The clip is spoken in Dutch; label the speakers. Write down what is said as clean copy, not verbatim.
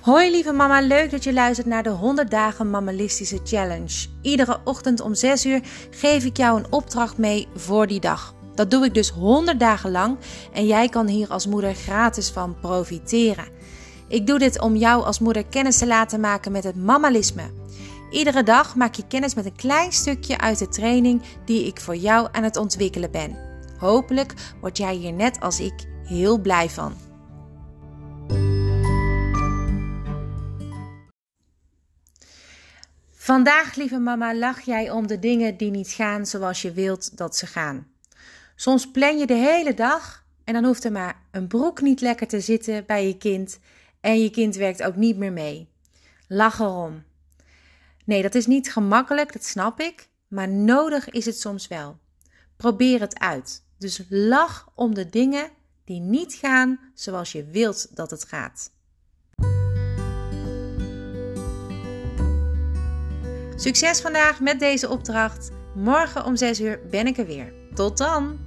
Speaker 1: Hoi lieve mama, leuk dat je luistert naar de 100 dagen Mammalistische Challenge. Iedere ochtend om 6 uur geef ik jou een opdracht mee voor die dag. Dat doe ik dus 100 dagen lang en jij kan hier als moeder gratis van profiteren. Ik doe dit om jou als moeder kennis te laten maken met het mammalisme. Iedere dag maak je kennis met een klein stukje uit de training die ik voor jou aan het ontwikkelen ben. Hopelijk word jij hier net als ik heel blij van. Vandaag, lieve mama, lach jij om de dingen die niet gaan zoals je wilt dat ze gaan. Soms plan je de hele dag en dan hoeft er maar een broek niet lekker te zitten bij je kind en je kind werkt ook niet meer mee. Lach erom. Nee, dat is niet gemakkelijk, dat snap ik, maar nodig is het soms wel. Probeer het uit. Dus lach om de dingen die niet gaan zoals je wilt dat het gaat. Succes vandaag met deze opdracht. Morgen om 6 uur ben ik er weer. Tot dan!